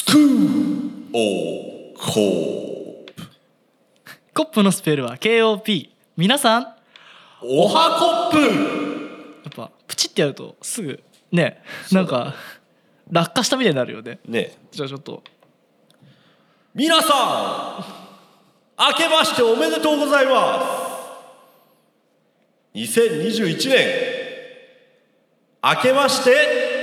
クーオーコープ。 コップのスペルは KOP。 皆さんおはコップ。 やっぱプチってやるとすぐね、なんか落下したみたいになるよね。 ね、 じゃあちょっと皆さん明けましておめでとうございます。2021年明けまして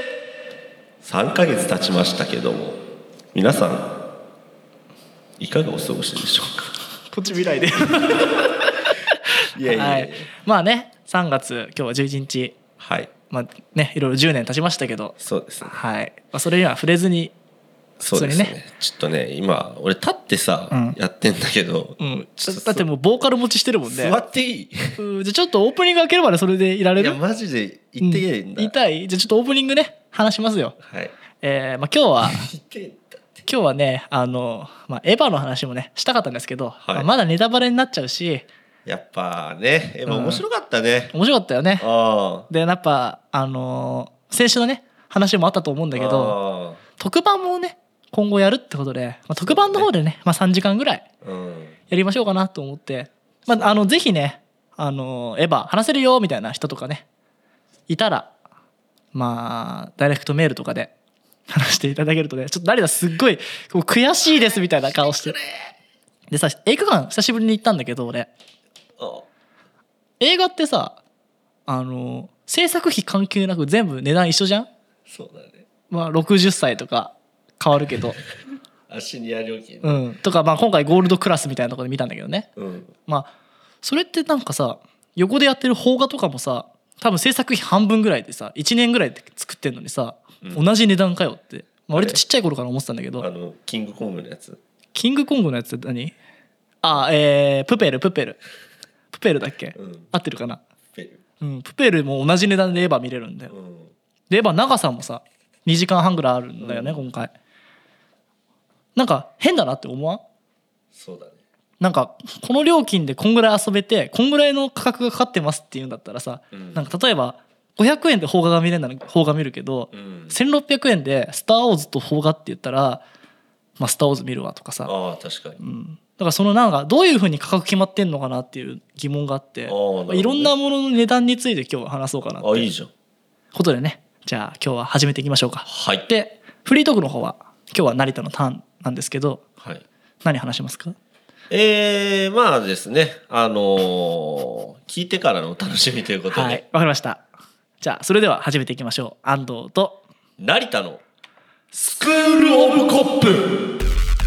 3ヶ月経ちましたけども、皆さんいかがお過ごしでしょうか。 こっち未来でいやいやいや、 はい、まあね3月今日は11日、 はいまあねいろいろ10年経ちましたけど、 そうですね、 はい、まあ、それには触れずにそうですね、 普通にねちょっとね今俺立ってさ、やってんだけど、 だってもうボーカル持ちしてるもんね。 座っていい？ じゃあちょっとオープニング開けるまでそれでいられる？ いやマジで言っていいんだ、 言いたい？じゃあちょっとオープニングね話しますよ。 はい、 まあ、今日は言っていいんだ。 今日はねまあ、エヴァの話もねしたかったんですけど、 はい、 まあ、まだネタバレになっちゃうし、 やっぱねエヴァ面白かったね、 面白かったよね。でやっぱ先週のね話もあったと思うんだけど、特番もね今後やるってことで、まあ、特番の方でね、まあ、3時間ぐらいやりましょうかなと思って、まあ、ぜひねエヴァ話せるよみたいな人とかねいたら、まあダイレクトメールとかで話していただけるとね、ちょっと誰だすっごいこう悔しいですみたいな顔してでさ、映画館久しぶりに行ったんだけど俺、映画ってさ制作費関係なく全部値段一緒じゃん。 そうだね、 まあ60歳とか変わるけどシニア料金、 とか、まあ、今回ゴールドクラスみたいなところで見たんだけどね、まあそれってなんかさ横でやってる邦画とかもさ多分制作費半分ぐらいでさ1年ぐらいで作ってんのにさ、同じ値段かよって、まあ、割とちっちゃい頃から思ってたんだけど、 キングコングのやつ、 キングコングのやつって何？プペルだっけ、合ってるかな。プペルも同じ値段でエヴァ見れるんだよ、でエヴァ長さもさ2時間半ぐらいあるんだよね、今回。なんか変だなって思わん？ そうだね、 なんかこの料金でこんぐらい遊べてこんぐらいの価格がかかってますっていうんだったらさ、なんか例えば500円で邦画が見れるなら邦画見るけど、1600円でスター・ウォーズと邦画って言ったら、まあ、スター・ウォーズ見るわとかさ。 確かに、 だからそのなんかどういう風に価格決まってんのかなっていう疑問があって、まあ、いろんなものの値段について今日は話そうかなっていいじゃんことでね、じゃあ今日は始めていきましょうか。 はい。 でフリートークの方は今日は成田のターンなんですけど、 はい、 何話しますか？ まあですね、聞いてからのお楽しみということで、 はい、わかりました。じゃあそれでは始めていきましょう。安藤と成田のスクールオブコップ。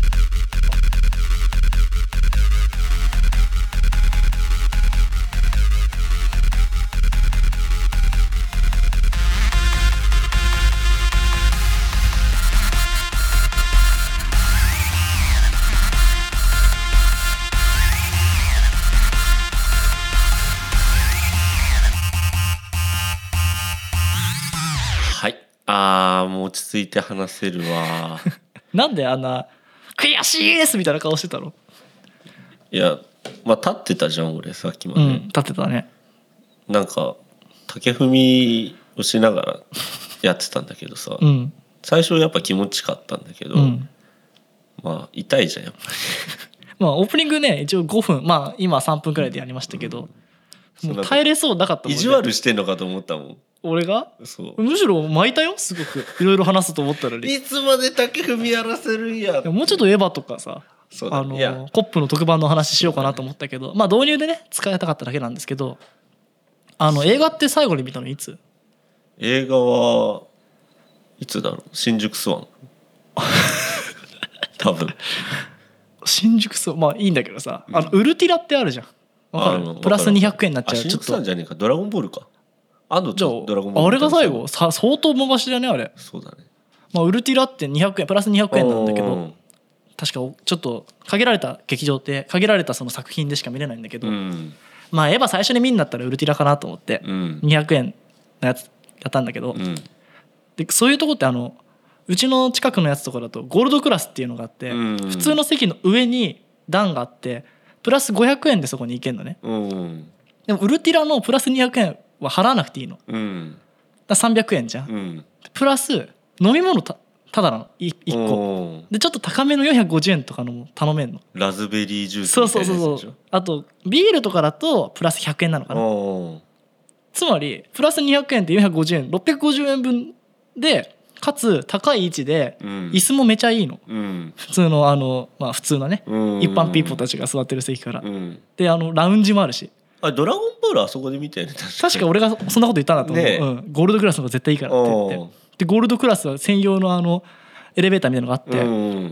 もう落ち着いて話せるわなんであんな悔しいですみたいな顔してたの？ いや、まあ立ってたじゃん俺さっきまで、 立ってたね。 なんか竹踏みをしながらやってたんだけどさ、最初やっぱ気持ちよかったんだけど、まあ痛いじゃんやっぱりまあオープニングね一応5分、まあ今3分くらいでやりましたけど、もう耐えれそうなかったもんね。 意地悪してんのかと思ったもん俺が。 そうむしろ巻いたよすごくいろいろ話すと思ったのにいつまで竹踏みやらせるんや。 もうちょっとエヴァとかさ、 そうだね、 コップの特番の話しようかなと思ったけど、まあ導入でね使いたかっただけなんですけど、映画って最後に見たのいつ？ 映画はいつだろう。新宿スワン多分新宿スワン、まあいいんだけどさ、ウルティラってあるじゃん。わかる？プラス200円になっちゃう。 新宿スワンじゃねえか、ドラゴンボールか。 じゃあドラゴンボールあれが最後相当昔だねあれ。 そうだね、 まあ、ウルティラって200円プラス200円なんだけど、確かちょっと限られた劇場って限られたその作品でしか見れないんだけど、まあエヴァ最初に見になったらウルティラかなと思って、200円のやつやったんだけど、でそういうとこってうちの近くのやつとかだとゴールドクラスっていうのがあって、普通の席の上に段があってプラス500円でそこに行けるのね、でもウルティラのプラス200円は払わなくていいの、だ300円じゃん、プラス飲み物ただの1個でちょっと高めの450円とかのも頼めんの。 ラズベリージュースみたいなやつでしょ。 そうあとビールとかだとプラス100円なのかな。つまりプラス200円って450円650円分で、かつ高い位置で椅子もめちゃいいの、普通の普通のね、一般ピーポーたちが座ってる席から、でラウンジもあるし。 ドラゴンボールあそこで見たよね。 確か俺がそんなこと言ったんだと思う、 ねゴールドクラスの方が絶対いいからって言って、でゴールドクラスは専用のエレベーターみたいなのがあって、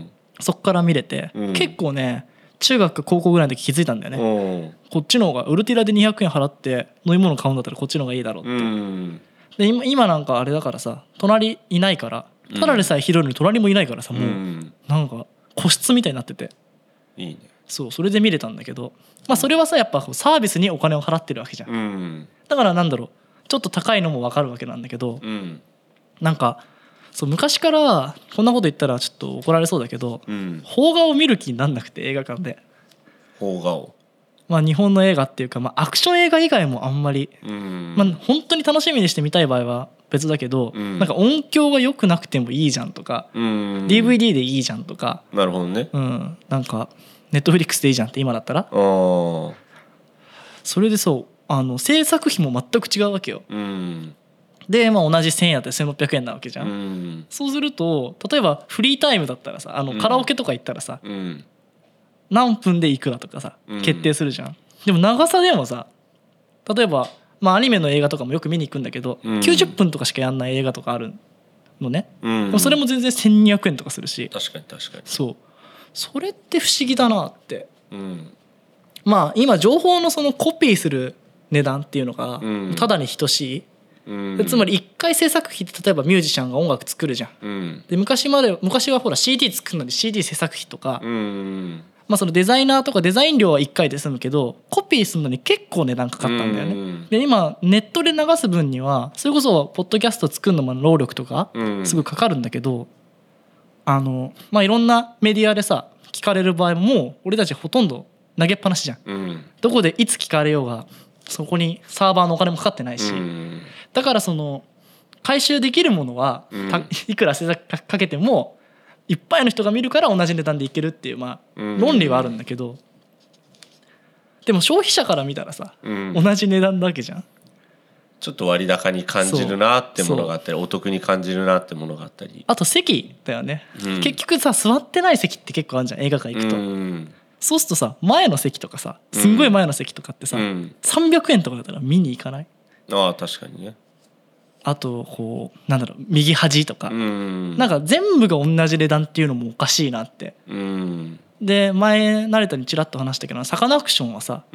そっから見れて、結構ね中学高校ぐらいの時気づいたんだよね、こっちの方がウルティラで200円払って飲み物買うんだったらこっちの方がいいだろうって、で今なんかあれだからさ、隣いないから、ただでさえ広いのに隣もいないからさ、もうなんか個室みたいになってていいね。 それで見れたんだけど、それはさやっぱサービスにお金を払ってるわけじゃん、だからなんだろう、ちょっと高いのも分かるわけなんだけど、なんか昔からこんなこと言ったらちょっと怒られそうだけど、邦画を見る気になんなくて、映画館で邦画を日本の映画っていうか、アクション映画以外もあんまり、本当に楽しみにして見たい場合は別だけど、なんか音響が良くなくてもいいじゃんとか、DVD でいいじゃんとか、 なるほどね、 なんかネットフリックスでいいじゃんって今だったら、それで制作費も全く違うわけよ、で同じ1000円やって1600円なわけじゃん、そうすると例えばフリータイムだったらさカラオケとか行ったらさ、何分でいくらとかさ決定するじゃん、でも長さでもさ、例えばアニメの映画とかもよく見に行くんだけど、90分とかしかやんない映画とかあるのね、でもそれも全然1200円とかするし、 確かにそれって不思議だなって、今情報のコピーする値段っていうのがただに等しい、つまり1回制作費って例えばミュージシャンが音楽作るじゃん、で昔はほら CD 作るのに CD 制作費とか、そのデザイナーとかデザイン料は1回で済むけど、コピーするのに結構値段かかったんだよね、で今ネットで流す分にはそれこそポッドキャスト作るのも労力とかすぐかかるんだけど、いろんなメディアでさ聞かれる場合も俺たちほとんど投げっぱなしじゃん、どこでいつ聞かれようがそこにサーバーのお金もかかってないし、だから回収できるものはいくら制作かけてもいっぱいの人が見るから同じ値段でいけるっていう論理はあるんだけど、でも消費者から見たらさ、同じ値段だけじゃん。 ちょっと割高に感じるなってものがあったり、お得に感じるなってものがあったり、 あと席だよね、結局さ座ってない席って結構あるじゃん、映画館行くと、そうするとさ前の席とかさすんごい前の席とかってさ、300円とかだったら見に行かない？ 確かにね。 あと右端とか、なんか全部が同じ値段っていうのもおかしいなって、で前成田にちらっと話したけどサカナクションはさ、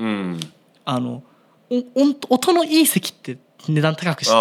音のいい席って値段高くして、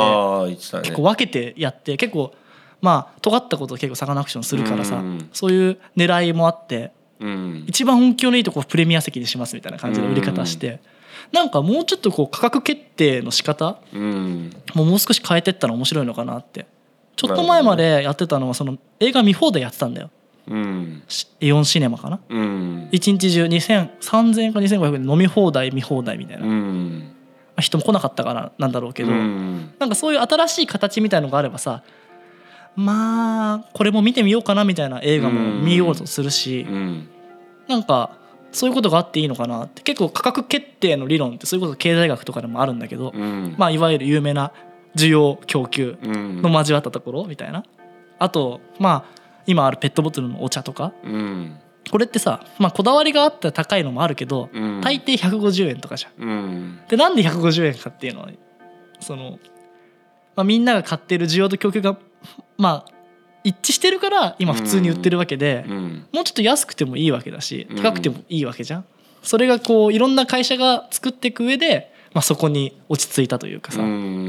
結構分けてやって、結構尖ったことを結構サカナクションするからさ、そういう狙いもあって、一番音響のいいとこプレミア席にしますみたいな感じの売り方して、なんかもうちょっと価格決定の仕方もう少し変えてったら面白いのかなって。ちょっと前までやってたのは映画見放題やってたんだよ、イオンシネマかな、一日中3000円か2500円で飲み放題見放題みたいな、人も来なかったからなんだろうけど、なんかそういう新しい形みたいのがあればさ、これも見てみようかなみたいな映画も見ようとするし、なんかそういうことがあっていいのかなって。結構価格決定の理論ってそれこそ経済学とかでもあるんだけど、いわゆる有名な需要供給の交わったところみたいな、あと今あるペットボトルのお茶とか、これってさ、こだわりがあったら高いのもあるけど、大抵150円とかじゃん、でなんで150円かっていうのはみんなが買っている需要と供給が一致してるから今普通に売ってるわけで、もうちょっと安くてもいいわけだし高くてもいいわけじゃん。それがいろんな会社が作っていく上で、そこに落ち着いたというかさ、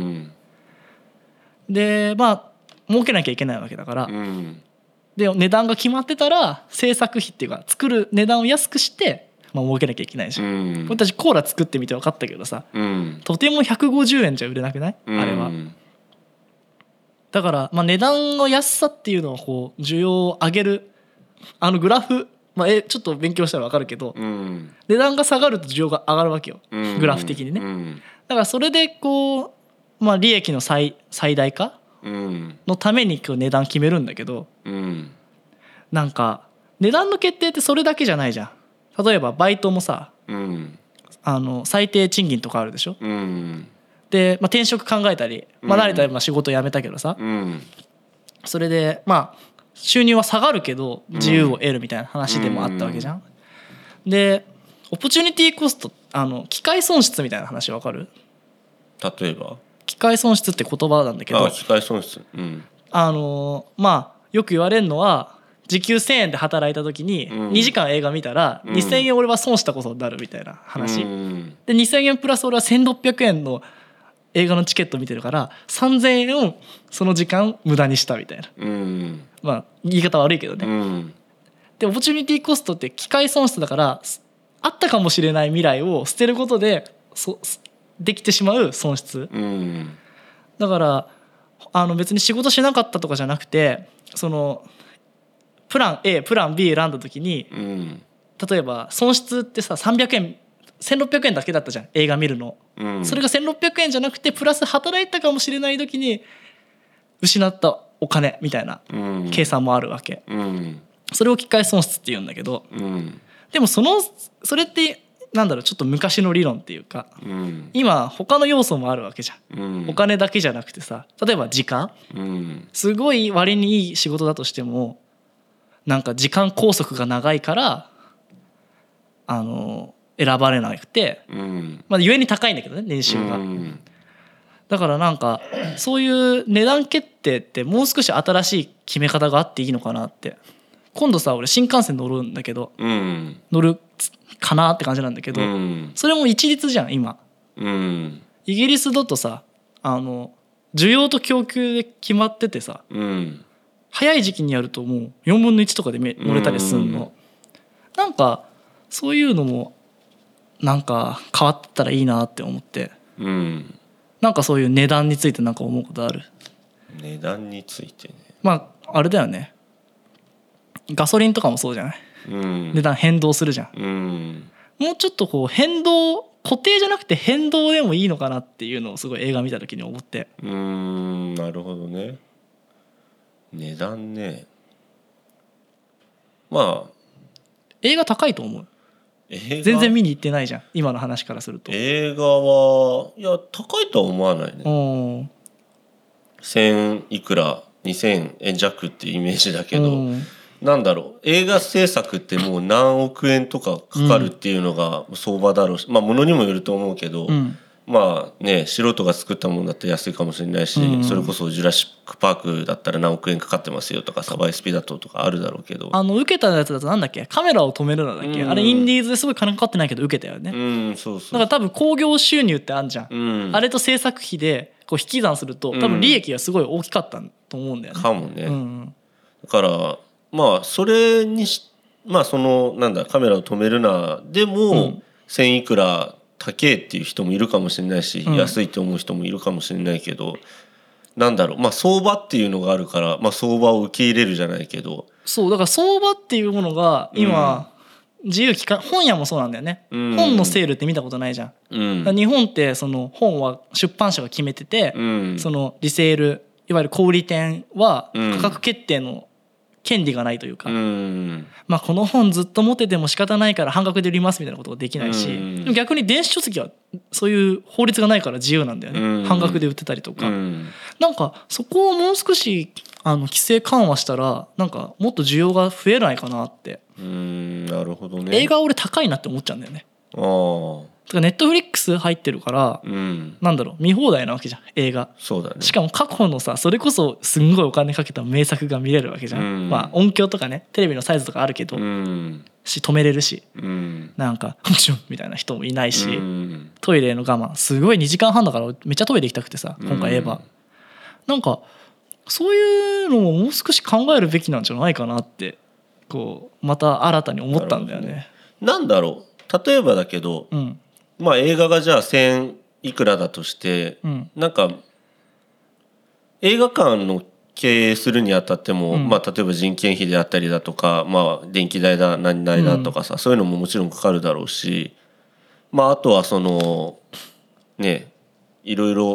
で儲けなきゃいけないわけだから、で値段が決まってたら制作費っていうか作る値段を安くして儲けなきゃいけないし、私コーラ作ってみて分かったけどさ、とても150円じゃ売れなくない？あれは。だから値段の安さっていうのは需要を上げるグラフ、ちょっと勉強したら分かるけど、値段が下がると需要が上がるわけよ、グラフ的にね。だからそれで利益の最大化のためにこう値段決めるんだけど、なんか値段の決定ってそれだけじゃないじゃん。例えばバイトもさ、最低賃金とかあるでしょ。で、転職考えたり、慣れたら仕事辞めたけどさ、それで収入は下がるけど自由を得るみたいな話でもあったわけじゃん。でオポチュニティコスト、機会損失みたいな話わかる？ 例えば機会損失って言葉なんだけど、 機会損失、 よく言われるのは時給1,000円で働いた時に2時間映画見たら2,000円俺は損したことになるみたいな話、で2,000円プラス俺は1,600円の映画のチケット見てるから3,000円をその時間無駄にしたみたいな、言い方悪いけどね、でオポチュニティコストって機会損失だからあったかもしれない未来を捨てることでできてしまう損失、だから別に仕事しなかったとかじゃなくて、そのプラン A プラン B 選んだ時に、例えば損失ってさ300円1,600円だけだったじゃん映画見るの、それが1,600円じゃなくてプラス働いたかもしれない時に失ったお金みたいな計算もあるわけ、それを機会損失って言うんだけど、でもそれってちょっと昔の理論っていうか、今他の要素もあるわけじゃん、お金だけじゃなくてさ、例えば時間、すごい割にいい仕事だとしてもなんか時間拘束が長いから選ばれなくて、故に高いんだけどね年収が、だからなんかそういう値段決定ってもう少し新しい決め方があっていいのかなって。今度さ俺新幹線乗るんだけど、乗るかなって感じなんだけど、それも一律じゃん今、イギリスだとさ需要と供給で決まっててさ、早い時期にやるともう4分の1とかで乗れたりするの、なんかそういうのもなんか変わったらいいなって思って、なんかそういう値段についてなんか思うことある？ 値段についてね、 あれだよね、ガソリンとかもそうじゃない、値段変動するじゃん、もうちょっとこう固定じゃなくて変動でもいいのかなっていうのをすごい映画見た時に思って。 なるほどね。値段ね、 映画高いと思う？全然見に行ってないじゃん今の話からすると。 映画はいや高いとは思わないね。1000いくら2000円弱っていうイメージだけど、なんだろう、映画制作ってもう何億円とかかかるっていうのが相場だろうし、物にもよると思うけど、素人が作ったものだったら安いかもしれないし、それこそジュラシックパークだったら何億円かかってますよとか、サバイスピだとかあるだろうけど、 受けたやつだとなんだっけ、カメラを止めるのだっけ、あれインディーズですごい金かかってないけど受けたよね。 そうそう。 だから多分興行収入ってあんじゃん、あれと制作費でこう引き算すると多分利益がすごい大きかったと思うんだよね。 かもね、だからそれにそのカメラを止めるなでも、1000いくら高えっていう人もいるかもしれないし、安いって思う人もいるかもしれないけど、相場っていうのがあるから、相場を受け入れるじゃないけど、 そうだから相場っていうものが今、自由本屋もそうなんだよね、本のセールって見たことないじゃん、日本ってその本は出版社が決めてて、そのリセールいわゆる小売店は価格決定の権利がないというか、この本ずっと持ってても仕方ないから半額で売りますみたいなことができないし、でも逆に電子書籍はそういう法律がないから自由なんだよね、半額で売ってたりとか、なんかそこをもう少し規制緩和したらなんかもっと需要が増えないかなって。 なるほどね。 映画俺高いなって思っちゃうんだよね。だからネットフリックス入ってるから、見放題なわけじゃん映画。 そうだね。 しかも過去のさそれこそすんごいお金かけた名作が見れるわけじゃん、音響とかねテレビのサイズとかあるけど、止めれるし、なんかみたいな人もいないし、トイレの我慢すごい2時間半だからめっちゃトイレ行きたくてさ今回エヴァ、なんかそういうのももう少し考えるべきなんじゃないかなってこうまた新たに思ったんだよね。 なんだろう、例えばだけど、映画がじゃあ1000いくらだとして、なんか映画館の経営するにあたっても、例えば人件費であったりだとか、電気代だ何代だとかさ、そういうのももちろんかかるだろうし、あとはそのねいろいろ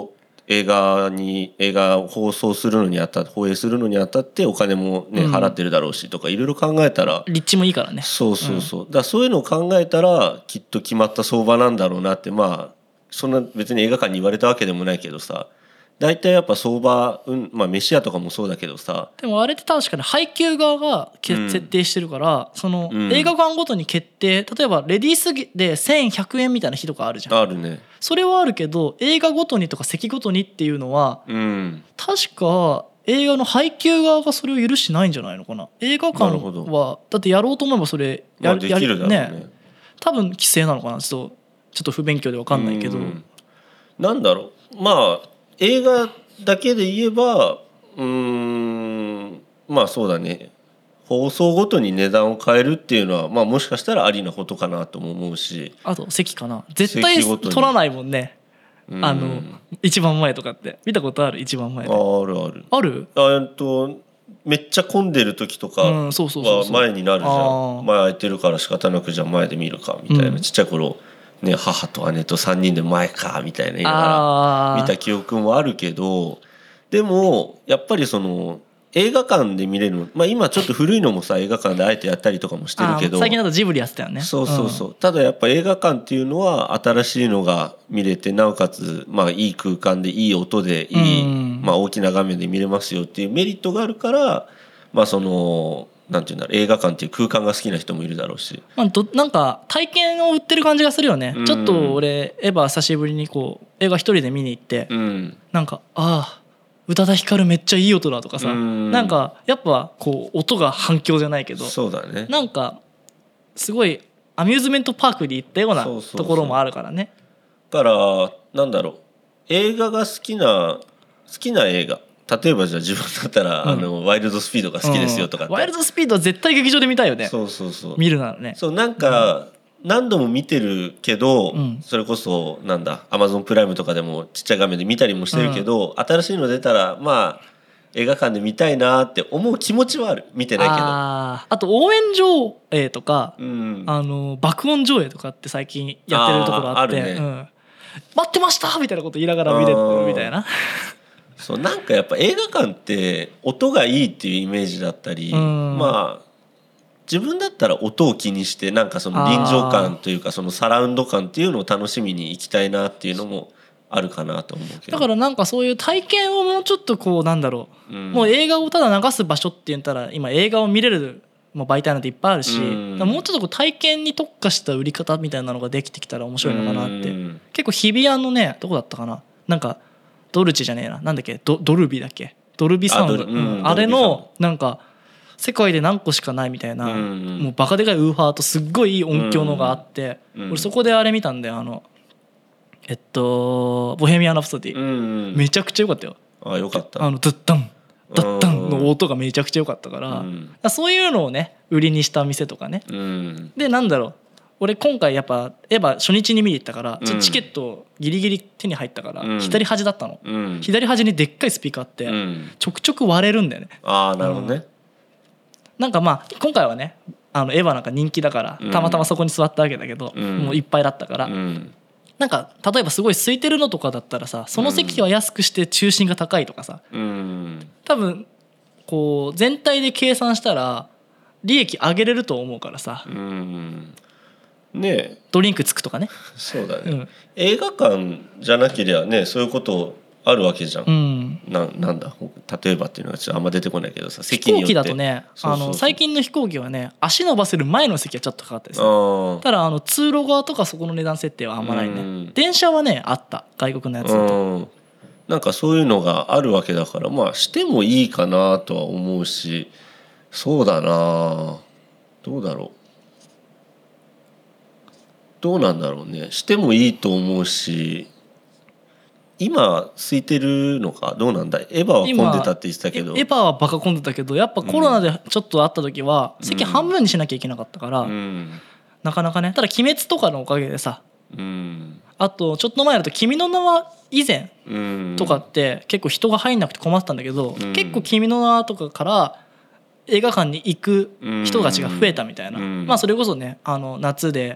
映画を放映するのにあたってお金もね、払ってるだろうしとかいろいろ考えたら立地もいいからね。 そう、だからそういうのを考えたらきっと決まった相場なんだろうなって、まあそんな別に映画館に言われたわけでもないけどさ、大体やっぱ相場、まあ飯屋とかもそうだけどさ。 でもあれって確かに配給側が設定してるから、その映画館ごとに決定、例えばレディースで1100円みたいな日とかあるじゃん。 あるね。 それはあるけど映画ごとにとか席ごとにっていうのは、確か映画の配給側がそれを許してないんじゃないのかな。映画館はだってやろうと思えばそれできるだろうね。 多分規制なのかな。ちょっと不勉強で分かんないけど、 なんだろう、まあ映画だけで言えばまあそうだね、放送ごとに値段を変えるっていうのは、まあ、もしかしたらありなことかなとも思うし、 あと席かな、絶対取らないもんね。一番前とかって見たことある？一番前であるめっちゃ混んでる時とかは前になるじゃん。前空いてるから仕方なくじゃあ前で見るかみたいな、ちっちゃい頃ね、母と姉と3人で前かみたいな言いながら見た記憶もあるけど、でもやっぱりその映画館で見れるの、まあ、今ちょっと古いのもさ映画館であえてやったりとかもしてるけど、 最近だとジブリやってたよね。 そう、ただやっぱ映画館っていうのは新しいのが見れて、なおかつまあいい空間でいい音でいい、まあ、大きな画面で見れますよっていうメリットがあるから、まあそのなんていうんだろう、映画館っていう空間が好きな人もいるだろうし、 なんか体験を売ってる感じがするよね。ちょっと俺エヴァ久しぶりにこう映画一人で見に行って、なんか宇多田ヒカルめっちゃいい音だとかさ、なんかやっぱこう音が反響じゃないけど、 そうだね、 なんかすごいアミューズメントパークに行ったようなところもあるからね。 だからなんだろう、映画が好きな映画、例えばじゃあ自分だったら、ワイルドスピードが好きですよとかって、 ワイルドスピードは絶対劇場で見たいよね。そう見るならね。 そうなんか、何度も見てるけど、それこそなんだAmazon プライムとかでもちっちゃい画面で見たりもしてるけど、新しいの出たらまあ映画館で見たいなって思う気持ちはある。見てないけど。 あと応援上映とか、爆音上映とかって最近やってるところあって、待ってましたみたいなこと言いながら見れるみたいな。 そうなんかやっぱ映画館って音がいいっていうイメージだったり、まあ自分だったら音を気にしてなんかその臨場感というかそのサラウンド感っていうのを楽しみに行きたいなっていうのもあるかなと思うけど、 だからなんかそういう体験をもうちょっとこうなんだろう、もう映画をただ流す場所って言ったら今映画を見れるもう媒体なんていっぱいあるし、もうちょっとこう体験に特化した売り方みたいなのができてきたら面白いのかなって。結構日比谷のねどこだったかな、なんかドルチじゃねえな、なんだっけ、ドルビだっけ、ドルビサウンド、あれのなんか世界で何個しかないみたいな、もうバカでかいウーファーとすっごいいい音響のがあって、俺そこであれ見たんだよ、ボヘミアン・ラプソディ、めちゃくちゃ良かったよ。 よかった。 ドッダンドッダンの音がめちゃくちゃ良かったから、そういうのをね売りにした店とかね、でなんだろう、俺今回やっぱエヴァ初日に見に行ったから、チケットギリギリ手に入ったから、左端だったの、左端にでっかいスピーカーあって、ちょくちょく割れるんだよね。 なるほどね。 なんかまあ今回はねエヴァなんか人気だからたまたまそこに座ったわけだけど、もういっぱいだったから、なんか例えばすごい空いてるのとかだったらさ、その席は安くして中心が高いとかさ、多分こう全体で計算したら利益上げれると思うからさ、 ね、 ドリンクつくとかね。 そうだね、映画館じゃなければねそういうことあるわけじゃん、なんだ例えばっていうのがちょっとあんま出てこないけどさ、席によって飛行機だとね、最近の飛行機はね足伸ばせる前の席はちょっとかかったりする。ただ通路側とかそこの値段設定はあんまないね。電車はねあった外国のやつだと、 なんかそういうのがあるわけだから、まあしてもいいかなとは思うし、そうだな、どうだろう、どうなんだろうね、してもいいと思うし、今空いてるのかどうなんだ。エヴァは混んでたって言ってたけど、 エヴァはバカ混んでたけど、やっぱコロナでちょっとあった時は席半分にしなきゃいけなかったから、なかなかね。ただ鬼滅とかのおかげでさ、あとちょっと前だと君の名は以前とかって結構人が入んなくて困ってたんだけど、結構君の名はとかから映画館に行く人たちが増えたみたいな、まあそれこそね夏で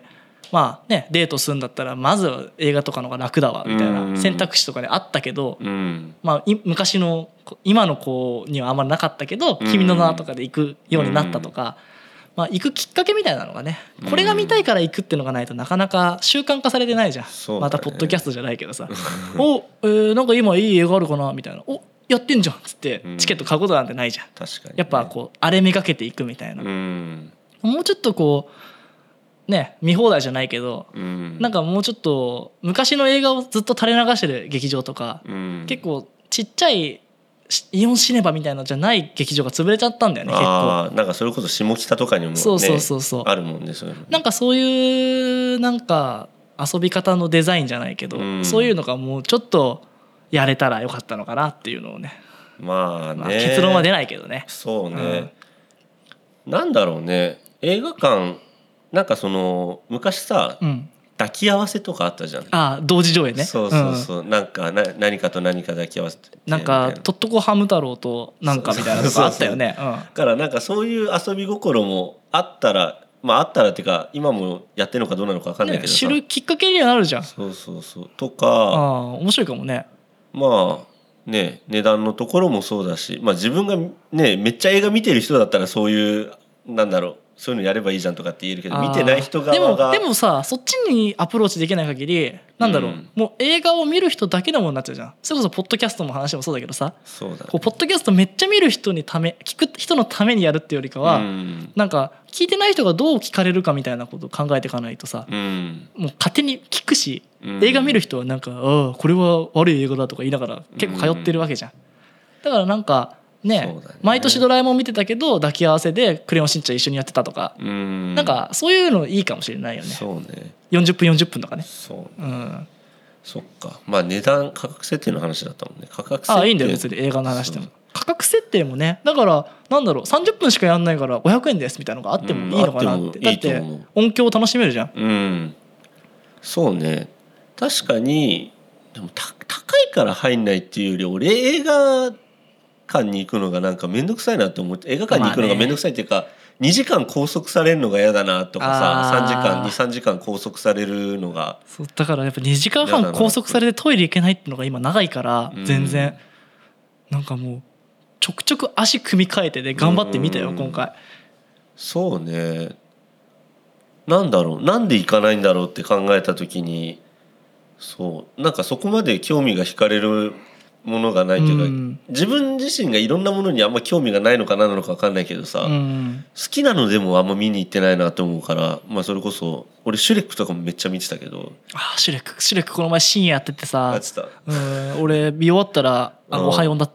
まあねデートするんだったらまずは映画とかの方が楽だわみたいな選択肢とかであったけど、まあ昔の今の子にはあんまりなかったけど「君の名」とかで行くようになったとか、まあ行くきっかけみたいなのがね、これが見たいから行くっていうのがないとなかなか習慣化されてないじゃん。またポッドキャストじゃないけどさお、なんか今いい映画あるかなみたいな、おやってんじゃんっつってチケット買うことなんてないじゃん。 確かにね、 やっぱこうあれめがけていくみたいな、もうちょっとこうね見放題じゃないけど、なんかもうちょっと昔の映画をずっと垂れ流してる劇場とか、結構ちっちゃいイオンシネマみたいなのじゃない劇場が潰れちゃったんだよね結構。 なんかそれこそ下北とかにもねそうあるもんね、そういうのね。 なんかそういうなんか遊び方のデザインじゃないけど、そういうのがもうちょっとやれたらよかったのかなっていうのをね、 まあね、 結論は出ないけどね。 そうね、なんだろうね、映画館なんかその昔さ、抱き合わせとかあったじゃん。 同時上映ね。 そうそうそう、なんか何かと何か抱き合わせてなんかとっとこハム太郎となんかみたいなとこあったよね。 だからなんかそういう遊び心もあったら、まああったらっていうか今もやってるのかどうなのか分かんないけどさ、 知るきっかけにはなるじゃん。 そうとか、 面白いかもね。 まあね、値段のところもそうだし、まあ自分がねめっちゃ映画見てる人だったらそういうなんだろう、そういうのやればいいじゃんとかって言えるけど、見てない人側がでもさ、そっちにアプローチできない限りなんだろう、もう映画を見る人だけのものになっちゃうじゃん。それこそポッドキャストの話もそうだけどさ、 そうだね、 こうポッドキャストめっちゃ見る人に聞く人のためにやるっていうよりかは、なんか聞いてない人がどう聞かれるかみたいなことを考えていかないとさ、もう勝手に聞くし、映画見る人はなんかこれは悪い映画だとか言いながら結構通ってるわけじゃん。だからなんかね、毎年ドラえもん見てたけど抱き合わせでクレヨンしんちゃん一緒にやってたとか、なんかそういうのいいかもしれないよね。 そうね、 40分40分とかね。 そっか、まあ値段価格設定の話だったもんね。価格設定いいんだよ別に映画の話でも。価格設定もね、だからなんだろう、30分しかやんないから500円ですみたいなのがあってもいいのかなって。だって音響を楽しめるじゃん。 そうね、確かに。でも高いから入んないっていうより、俺映画館に行くのがなんか面倒くさいなって思って、映画館に行くのが面倒くさいっていうか、2時間拘束されるのが嫌だなとかさ、3時間拘束されるのが。 そうだからやっぱ2時間半拘束されてトイレ行けないっていうのが今長いから、全然なんかもうちょくちょく足組み替えてで頑張ってみたよ今回。 そうね、なんだろう、なんで行かないんだろうって考えた時に、そうなんかそこまで興味が惹かれるものがないというか、自分自身がいろんなものにあんま興味がないのか何なのか分かんないけどさ、好きなのでもあんま見に行ってないなと思うから、まあそれこそ俺シュレックとかもめっちゃ見てたけど。 シュレックこの前深夜やっててさ、俺見終わったらおはようだった。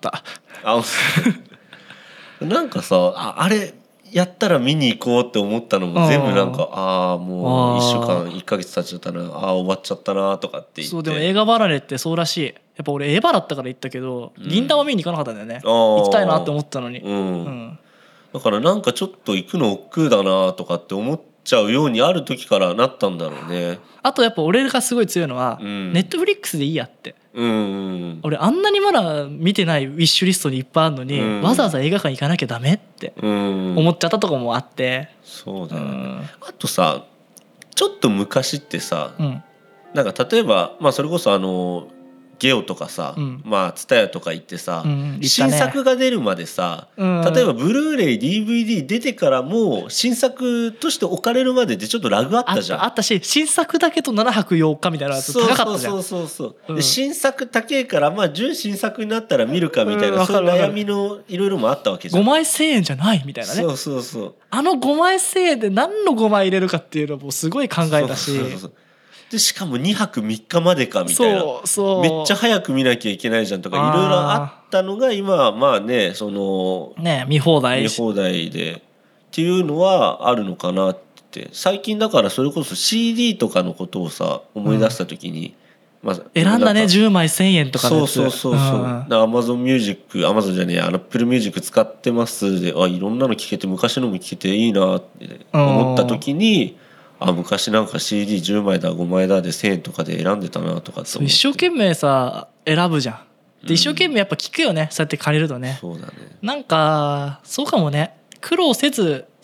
なんかさ、あれやったら見に行こうって思ったのも全部なんかもう1週間1ヶ月経っちゃったな、終わっちゃったなとかって言って。 そうでも映画離れってそうらしい。やっぱ俺エヴァだったから行ったけど、銀魂は見に行かなかったんだよね。行きたいなって思ったのに、 だからなんかちょっと行くの億劫だなとかって思っちゃうようにある時からなったんだろうね。 あとやっぱ俺がすごい強いのは、ネットフリックスでいいやって。俺あんなにまだ見てないウィッシュリストにいっぱいあるのに、わざわざ映画館行かなきゃダメって思っちゃったとこもあって。 そうだね、あとさ、ちょっと昔ってさ、なんか例えば、まあ、それこそゲオとかさ、まあツタヤとか行ってさ、新作が出るまでさ、例えばブルーレイ DVD 出てからも新作として置かれるまででちょっとラグあったじゃん。 あったし、新作だけと7泊8日みたいなやつ高かったじゃん。 で新作高えから、まあ純新作になったら見るかみたいな、そういう悩みのいろいろもあったわけじゃん。 5枚1000円じゃないみたいなね。 そう 5枚1000円で何の5枚入れるかっていうのもすごい考えたし、 でしかも2泊3日までかみたいな、めっちゃ早く見なきゃいけないじゃんとかいろいろあったのが、今はまあね、その見放題でっていうのはあるのかなって。最近だからそれこそ CD とかのことをさ思い出した時に、 選んだね、10枚1000円とかのやつ。 そうAmazon Music、Amazon じゃねえ、Apple Music 使ってますで、いろんなの聴けて昔のも聴けていいなって思った時に、昔なんか CD10 枚だ5枚だで1000円とかで選んでたなとかって。 一生懸命さ選ぶじゃん。で一生懸命やっぱ聞くよね、そうやって借りるとね。 そうだね。 なんかそうかもね、苦労せず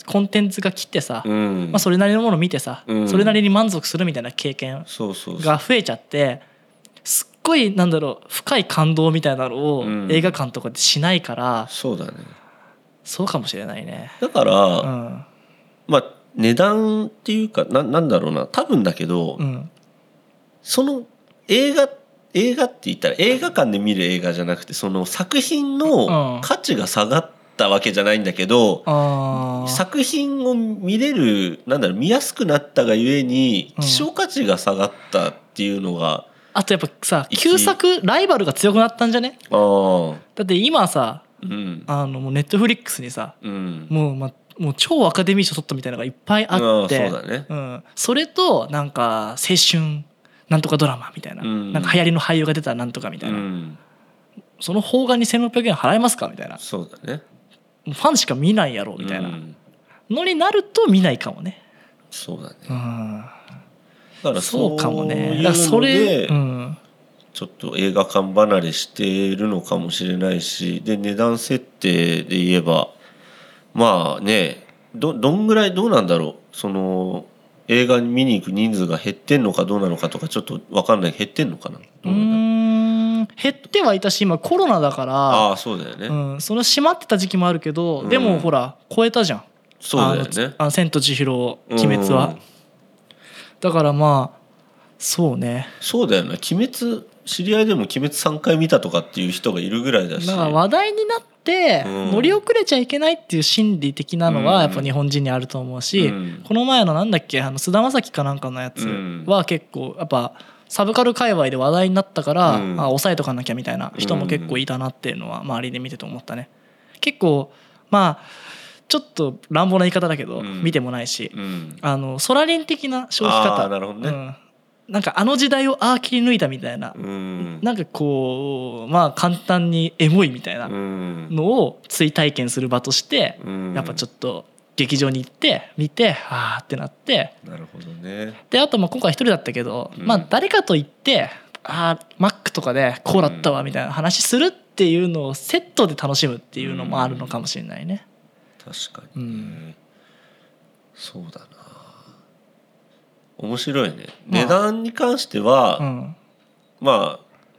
コンテンツが来てさ、 うんまあ、それなりのものを見てさ、 うんそれなりに満足するみたいな経験そうそうそうが増えちゃってすっごいなんだろう深い感動みたいなのを映画館とかでしないから、 そうだね。 そうかもしれないね。 だから、 うんまあ値段っていうかなんだろうな、多分だけど、 うん、 その映画って言ったら映画館で見る映画じゃなくてその作品の価値が下がったわけじゃないんだけど、作品を見れる見やすくなったがゆえに希少価値が下がったっていうのが、 あとやっぱさ旧作ライバルが強くなったんじゃね。だって今さ、もうネットフリックスにさ、もう超アカデミー賞取ったみたいなのがいっぱいあって、 そうだね、 それとなんか青春なんとかドラマみたいな、なんか流行りの俳優が出たなんとかみたいな、その邦画に1600円払えますかみたいな、 そうだね、 ファンしか見ないやろみたいなのになると見ないかもね。 そうだね、 だからそうかもね。だからそれ、 ちょっと映画館離れしてるのかもしれないし、で値段設定で言えばまあね、どんぐらいどうなんだろう、その映画に見に行く人数が減ってんのかどうなのかとかちょっと分かんない。減ってんのかな、 減ってはいたし今コロナだからそうだよね、 その閉まってた時期もあるけど、でもほら超えたじゃん。 そうだよね、 千と千尋鬼滅は、だからまあそうね、 そうだよね。鬼滅知り合いでも鬼滅3回見たとかっていう人がいるぐらいだし、 だから話題になって乗り遅れちゃいけないっていう心理的なのはやっぱ日本人にあると思うし、この前のなんだっけ菅田将暉かなんかのやつは結構やっぱサブカル界隈で話題になったから、抑えとかなきゃみたいな人も結構いたなっていうのは周りで見てて思ったね。結構まあちょっと乱暴な言い方だけど、見てもないし、ソラリン的な消費方、 なるほどね、 なんかあの時代を切り抜いたみたいな、なんかこうまあ簡単にエモいみたいなのを追体験する場として、やっぱちょっと劇場に行って見てってなって、 なるほどね。 であとまあ今回一人だったけど、まあ誰かと行ってマックとかでこうだったわみたいな話するっていうのをセットで楽しむっていうのもあるのかもしれないね。 確かにね、そうだな、面白いね。値段に関しては、ま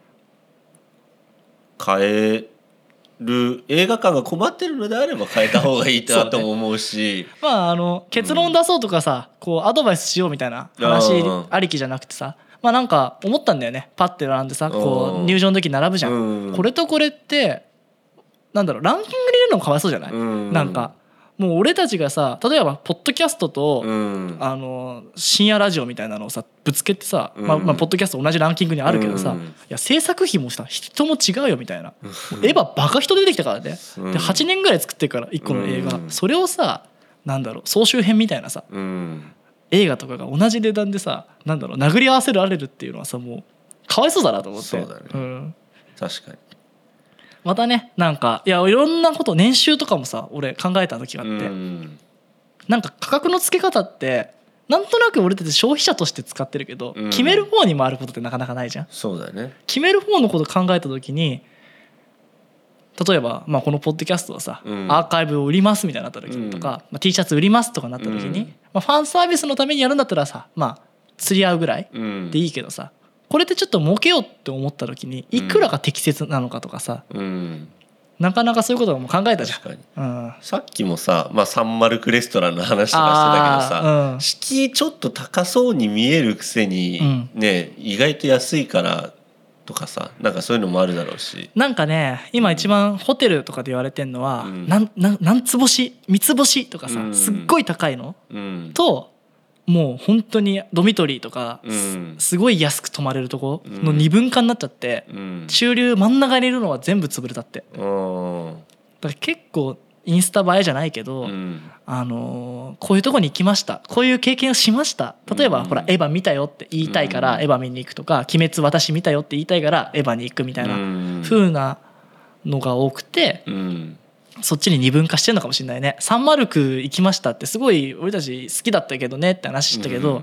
あ変える、映画館が困ってるのであれば変えた方がいいなとも思うしまあ結論出そうとかさ、こうアドバイスしようみたいな話ありきじゃなくてさ、まあなんか思ったんだよね。パッて並んでさ、こう入場の時並ぶじゃん、これとこれってなんだろう、ランキングに入れるのもかわいそうじゃない、なんかもう俺たちがさ、例えばポッドキャストと、深夜ラジオみたいなのをさぶつけてさ、まあポッドキャスト同じランキングにあるけどさ、いや制作費もさ人も違うよみたいな、エヴァバカ人出てきたからね、で8年ぐらい作ってるから1個の映画、それをさなんだろう総集編みたいなさ、映画とかが同じ値段でさなんだろう殴り合わせられるっていうのはさもうかわいそうだなと思って。 そうだね、確かに。 またね、なんかいろんなこと年収とかもさ俺考えた時があって、なんか価格の付け方ってなんとなく俺たち消費者として使ってるけど、決める方に回ることってなかなかないじゃん。 そうだね。 決める方のこと考えた時に例えば、まあ、このポッドキャストはさ、アーカイブを売りますみたいになった時とか、T シャツ売りますとかなった時に、まあ、ファンサービスのためにやるんだったらさ、まあ釣り合うぐらいでいいけどさ、これってちょっと儲けようって思った時にいくらが適切なのかとかさ、なかなかそういうことも考えたじゃん。 確かに、さっきもさ、サンマルクレストランの話とかしてたけどさ、敷居ちょっと高そうに見えるくせに、ね意外と安いからとかさ、なんかそういうのもあるだろうし、 なんかね今一番ホテルとかで言われてんのは、何つ星三つ星とかさ、すっごい高いの、ともう本当にドミトリーとか、すごい安く泊まれるとこの二分化になっちゃって、中流真ん中にいるのは全部潰れたって。だから結構インスタ映えじゃないけど、こういうとこに行きました、こういう経験をしました、例えば、ほらエヴァ見たよって言いたいからエヴァ見に行くとか、鬼滅私見たよって言いたいからエヴァに行くみたいな風なのが多くて、そっちに二分化してるのかもしれないね。サンマルク行きましたってすごい俺たち好きだったけどねって話したけど、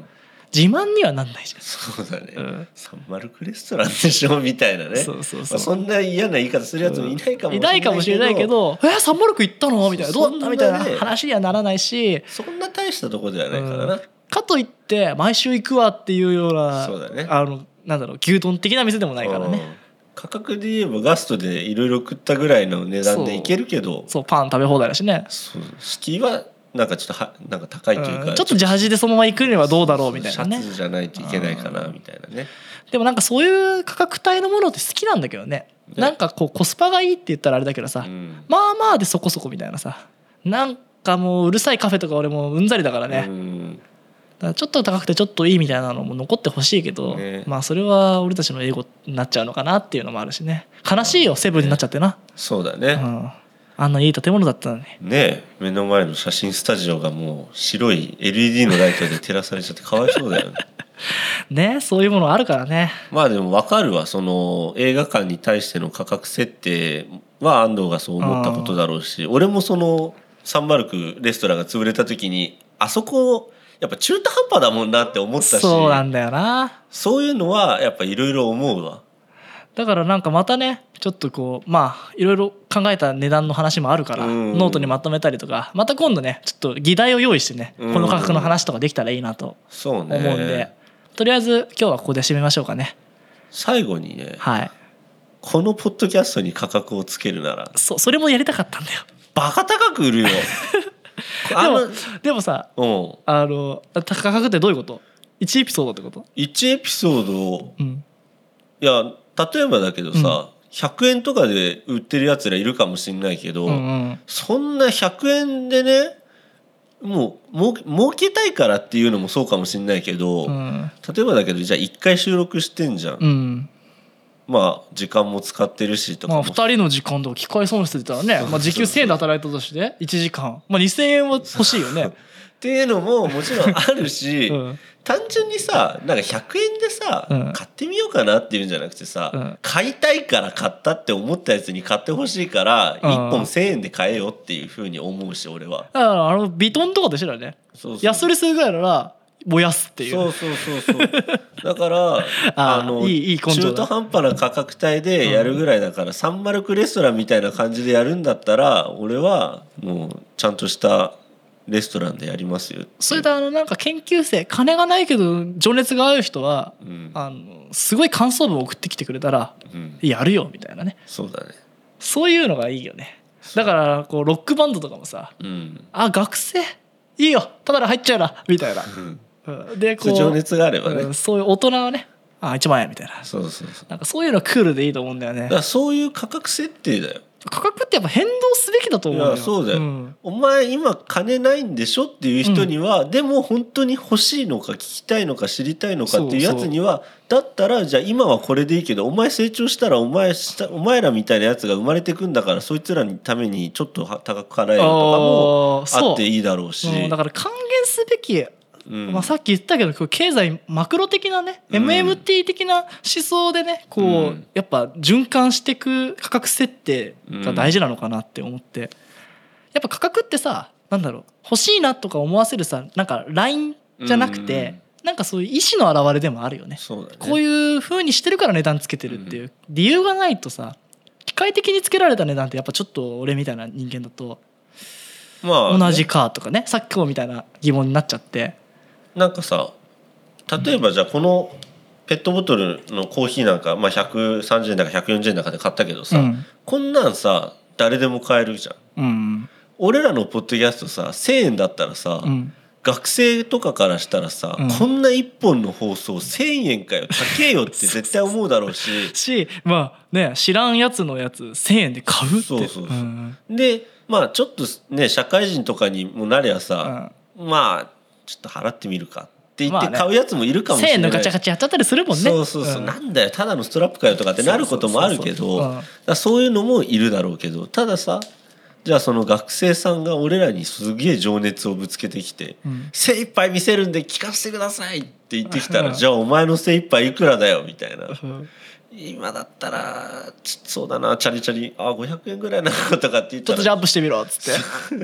自慢にはなんないじゃん。 そうだね、サンマルクレストランでしょみたいなね。そうそうそう、そんな嫌な言い方するやつもいないかもしれないけど、いないかもしれないけど、 サンマルク行ったのみたいな、どうだったみたいな話にはならないし、 そんな大したとこではないからな、 かといって毎週行くわっていうような、 そうだね、 なんだろう、牛丼的な店でもないからね。 価格で言えばガストでいろいろ食ったぐらいの値段でいけるけど、 そうパン食べ放題だしね。 そう敷居はなんかちょっとなんか高いというか、 ちょっとジャージでそのまま行くにはどうだろうみたいなね。 シャツじゃないといけないかなみたいなね。 でもなんかそういう価格帯のものって好きなんだけどね。なんかこうコスパがいいって言ったらあれだけどさ、まあまあでそこそこみたいなさ、なんかもううるさいカフェとか俺もうんざりだからね。だからちょっと高くてちょっといいみたいなのも残ってほしいけど、まあそれは俺たちの英語になっちゃうのかなっていうのもあるしね。悲しいよ、セブンになっちゃってな。 そうだね、 あんないい建物だったのにね。目の前の写真スタジオがもう白い LED のライトで照らされちゃってかわいそうだよねね、そういうものあるからね。 まあでも分かるわ、その映画館に対しての価格設定は安藤がそう思ったことだろうし、俺もそのサンマルクレストランが潰れた時にあそこやっぱ中途半端だもんなって思ったし、 そうなんだよな。 そういうのはやっぱいろいろ思うわ。 だからなんかまたね、ちょっとこうまあいろいろ考えた値段の話もあるから、ノートにまとめたりとか、また今度ねちょっと議題を用意してね、この価格の話とかできたらいいなと思うんで、とりあえず今日はここで締めましょうかね。 最後にね、 はい、 このポッドキャストに価格をつけるなら、 それもやりたかったんだよ。 バカ高く売るよでもさ、価格ってどういうこと？ 1 エピソードってこと？ 1 エピソードを、いや例えばだけどさ、100円とかで売ってるやつらいるかもしれないけど、そんな100円でね、もう儲けたいからっていうのもそうかもしれないけど、例えばだけどじゃあ1回収録してんじゃん、まあ時間も使ってるしとかも、 2人の時間とか機械損失で言ったらね、時給1000円で働いたとして1時間、2000円は欲しいよねっていうのももちろんあるし、単純にさなんか100円でさ、買ってみようかなっていうんじゃなくてさ、買いたいから買ったって思ったやつに買ってほしいから、1本1000円で買えよっていうふうに思うし、俺は。 だからビトンとかと一緒だね。安売りするぐらいなら燃やすっていう。 そうだからいい中途半端な価格帯でやるぐらいだから、サンマルクレストランみたいな感じでやるんだったら、俺はもうちゃんとしたレストランでやりますよ。 それでなんか研究生、金がないけど情熱がある人は、すごい感想文を送ってきてくれたら、やるよみたいなね。 そうだね。 そういうのがいいよね。だからこうロックバンドとかもさ、学生いいよただで入っちゃうなみたいな、 でこう情熱があればね、 そういう大人はね、1万円みたいな、なんかそういうのクールでいいと思うんだよね。 だからそういう価格設定だよ。 価格ってやっぱ変動すべきだと思うよ。 いやそうだよ、お前今金ないんでしょっていう人には、でも本当に欲しいのか聞きたいのか知りたいのかっていうやつには、だったらじゃあ今はこれでいいけど、お前成長したらお前らみたいなやつが生まれてくんだから、そいつらのためにちょっと高く払えるとかもあっていいだろうし、 だから還元すべき、さっき言ったけど経済マクロ的なね、MMT 的な思想でね、こうやっぱ循環していく価格設定が大事なのかなって思って、やっぱ価格ってさ、なんだろう、欲しいなとか思わせるさ、なんかラインじゃなくて、なんかそういう意思の表れでもあるよね。こういう風にしてるから値段つけてるっていう理由がないとさ、機械的につけられた値段ってやっぱちょっと俺みたいな人間だと、同じかとかね、さっきみたいな疑問になっちゃって。 なんかさ、例えばじゃあこのペットボトルのコーヒーなんか、130円だか140円だかで買ったけどさ、こんなんさ誰でも買えるじゃん、俺らのポッドキャストさ1000円だったらさ、学生とかからしたらさ、こんな1本の放送1000円かよ、高えよって絶対思うだろうしまあね、知らんやつのやつ1000円で買うって。 でちょっとね社会人とかにもなりゃさ、ちょっと払ってみるかって言って買うやつもいるかもしれない。1000円のガチャガチャやっちゃったりするもんね。なんだよただのストラップかよとかってなることもあるけど、そういうのもいるだろうけど、たださ、じゃあその学生さんが俺らにすげえ情熱をぶつけてきて、精一杯見せるんで聞かせてくださいって言ってきたら、じゃあお前の精一杯いくらだよみたいな。今だったらそうだな、チャリチャリ500円ぐらいなのとかって言ったら、 ちょっとジャンプしてみろっつって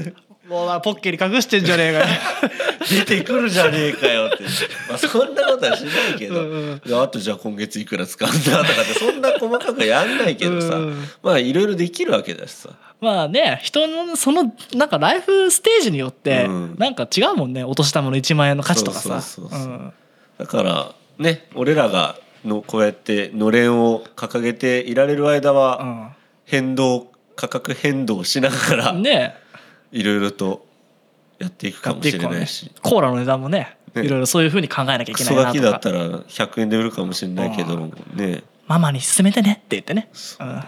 もうポッケに隠してんじゃねえかよ出てくるじゃねえかよって、まあ、そんなことはしないけどあとじゃあ今月いくら使うんだとかってそんな細かくやんないけどさまあいろいろできるわけだしさ。 まあね、人のそのなんかライフステージによってなんか違うもんね、お年玉の1万円の価値とかさ。 だからね、俺らがのこうやってのれんを掲げていられる間は価格変動しながらね、いろいろとやっていくかもしれないし、 コーラの値段もねいろいろそういう風に考えなきゃいけないなとか。 クソガキだったら100円で売るかもしれないけどね、 ママに勧めてねって言ってね。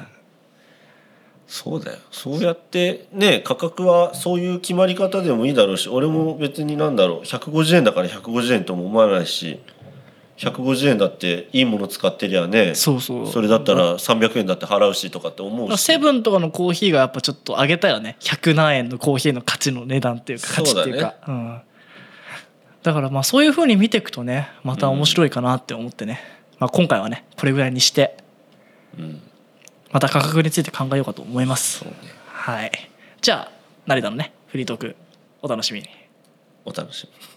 そうだよ。そうやってね、価格はそういう決まり方でもいいだろうし、俺も別になんだろう、150円だから150円とも思わないし、150円だっていいもの使ってりゃね、それだったら300円だって払うしとかって思うし。 セブンとかのコーヒーがやっぱちょっと上げたよね。100何円のコーヒーの価値の値段っていうか、価値っていうか。だからまあそういう風に見ていくとね、また面白いかなって思ってね、まあ、今回はねこれぐらいにして、また価格について考えようかと思います。はい。じゃあ成田のねフリートークお楽しみに。 お楽しみに。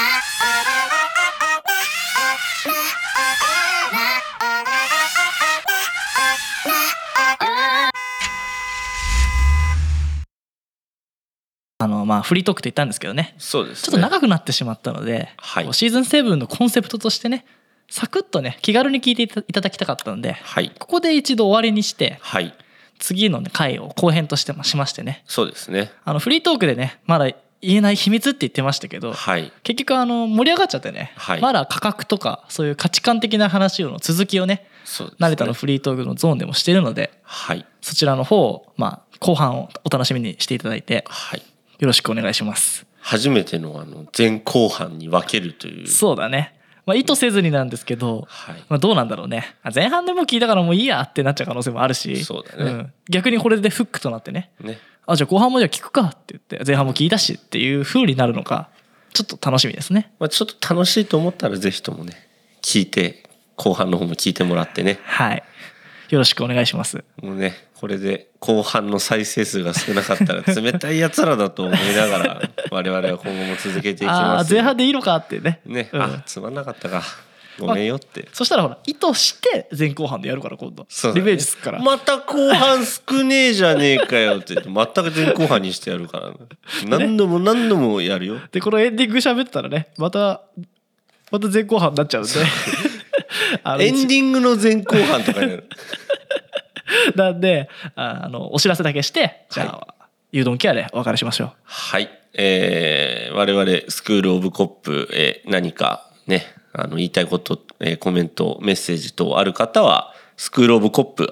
まあフリートークって言ったんですけどね。 そうですね。 ちょっと長くなってしまったので、シーズン7のコンセプトとしてね、サクッとね気軽に聞いていただきたかったので、ここで一度終わりにして、次の、ね、回を後編としてしましてね。 そうですね。 フリートークでねまだ言えない秘密って言ってましたけど、結局盛り上がっちゃってね、まだ価格とかそういう価値観的な話の続きをね、成田のフリートークのゾーンでもしているので、そちらの方を、まあ、後半をお楽しみにしていただいて、よろしくお願いします。 初めての前後半に分けるという。 そうだね。まあ、意図せずになんですけど、まあ、どうなんだろうね。前半でも聞いたからもういいやってなっちゃう可能性もあるし、逆にこれでフックとなってね、あ、じゃあ後半もじゃあ聞くかって言って前半も聞いたしっていう風になるのか、ちょっと楽しみですね。 まあ、ちょっと楽しいと思ったらぜひともね聞いて、後半の方も聞いてもらってね。 よろしくお願いします。 もうね、これで後半の再生数が少なかったら冷たいやつらだと思いながら我々は今後も続けていきます。 前半でいいのかってね。 つまんなかったか。ごめんよって。 そしたらほら意図して前後半でやるから今度。リベンジするから。 また後半少ねえじゃねえかよって言って全く前後半にしてやるから。何度も何度もやるよ。 でこのエンディング喋ってたらね、また前後半になっちゃうんで。 エンディングの前後半とかになる。 なんでお知らせだけして、じゃあユードンケアでお別れしましょう。 はい、我々スクールオブコップ何かね言いたいこと、コメントメッセージ等ある方はスクールオブコップ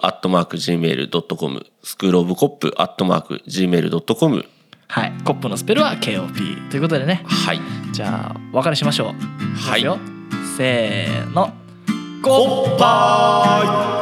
@gmail.com スクールオブコップ@gmail.com。 はい、コップのスペルは KOP ということでね。じゃあお別れしましょう。せーの、 コッパーイ。